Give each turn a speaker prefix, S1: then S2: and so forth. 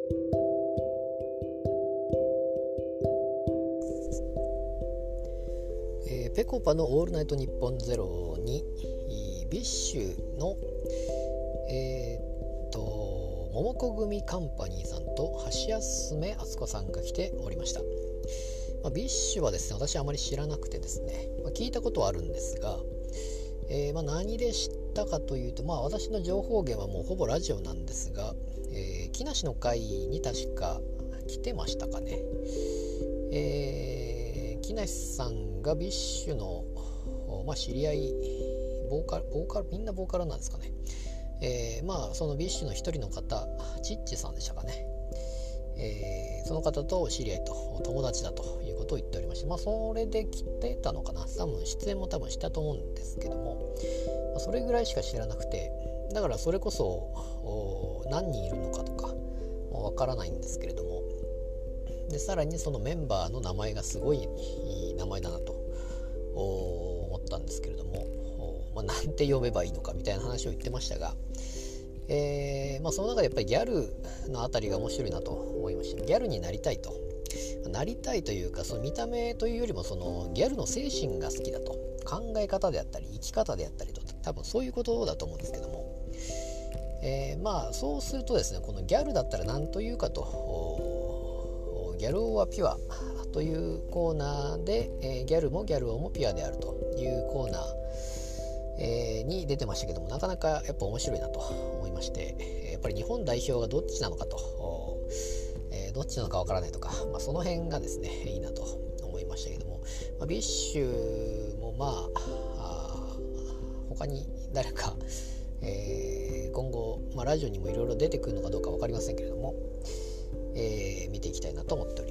S1: ぺこぱのオールナイトニッポンゼロにビッシュの桃子組カンパニーさんと橋休め敦子さんが来ておりました。ビッシュはですね、私あまり知らなくてですね、聞いたことはあるんですが、何で知ったかというと、私の情報源はもうほぼラジオなんですが、木梨の会に確か来てましたかね。木梨さんがビッシュの、知り合いボーカルみんなボーカルなんですかね。そのビッシュの一人の方、チッチさんでしたかね。その方と知り合いと友達だということを言っておりまして、それで来てたのかな。出演も多分したと思うんですけども、それぐらいしか知らなくて、だからそれこそ何人いるのかとかわからないんですけれども、でさらにそのメンバーの名前がすごいいい名前だなと思ったんですけれども、なんて呼べばいいのかみたいな話を言ってましたが、その中でやっぱりギャルのあたりが面白いなと思いました。ギャルになりたいというか、その見た目というよりもそのギャルの精神が好きだと、考え方であったり生き方であったりと、多分そういうことだと思うんですけども、そうするとですね、このギャルだったら何というかと、ギャル王はピュアというコーナーで、ギャルもギャル王もピュアであるというコーナー、に出てましたけども、なかなかやっぱ面白いなと思いまして、やっぱり日本代表がどっちなのかと、どっちなのかわからないとか、その辺がですねいいなと思いましたけども、ビッシュも他に誰か、今後、ラジオにもいろいろ出てくるのかどうか分かりませんけれども、見ていきたいなと思っております。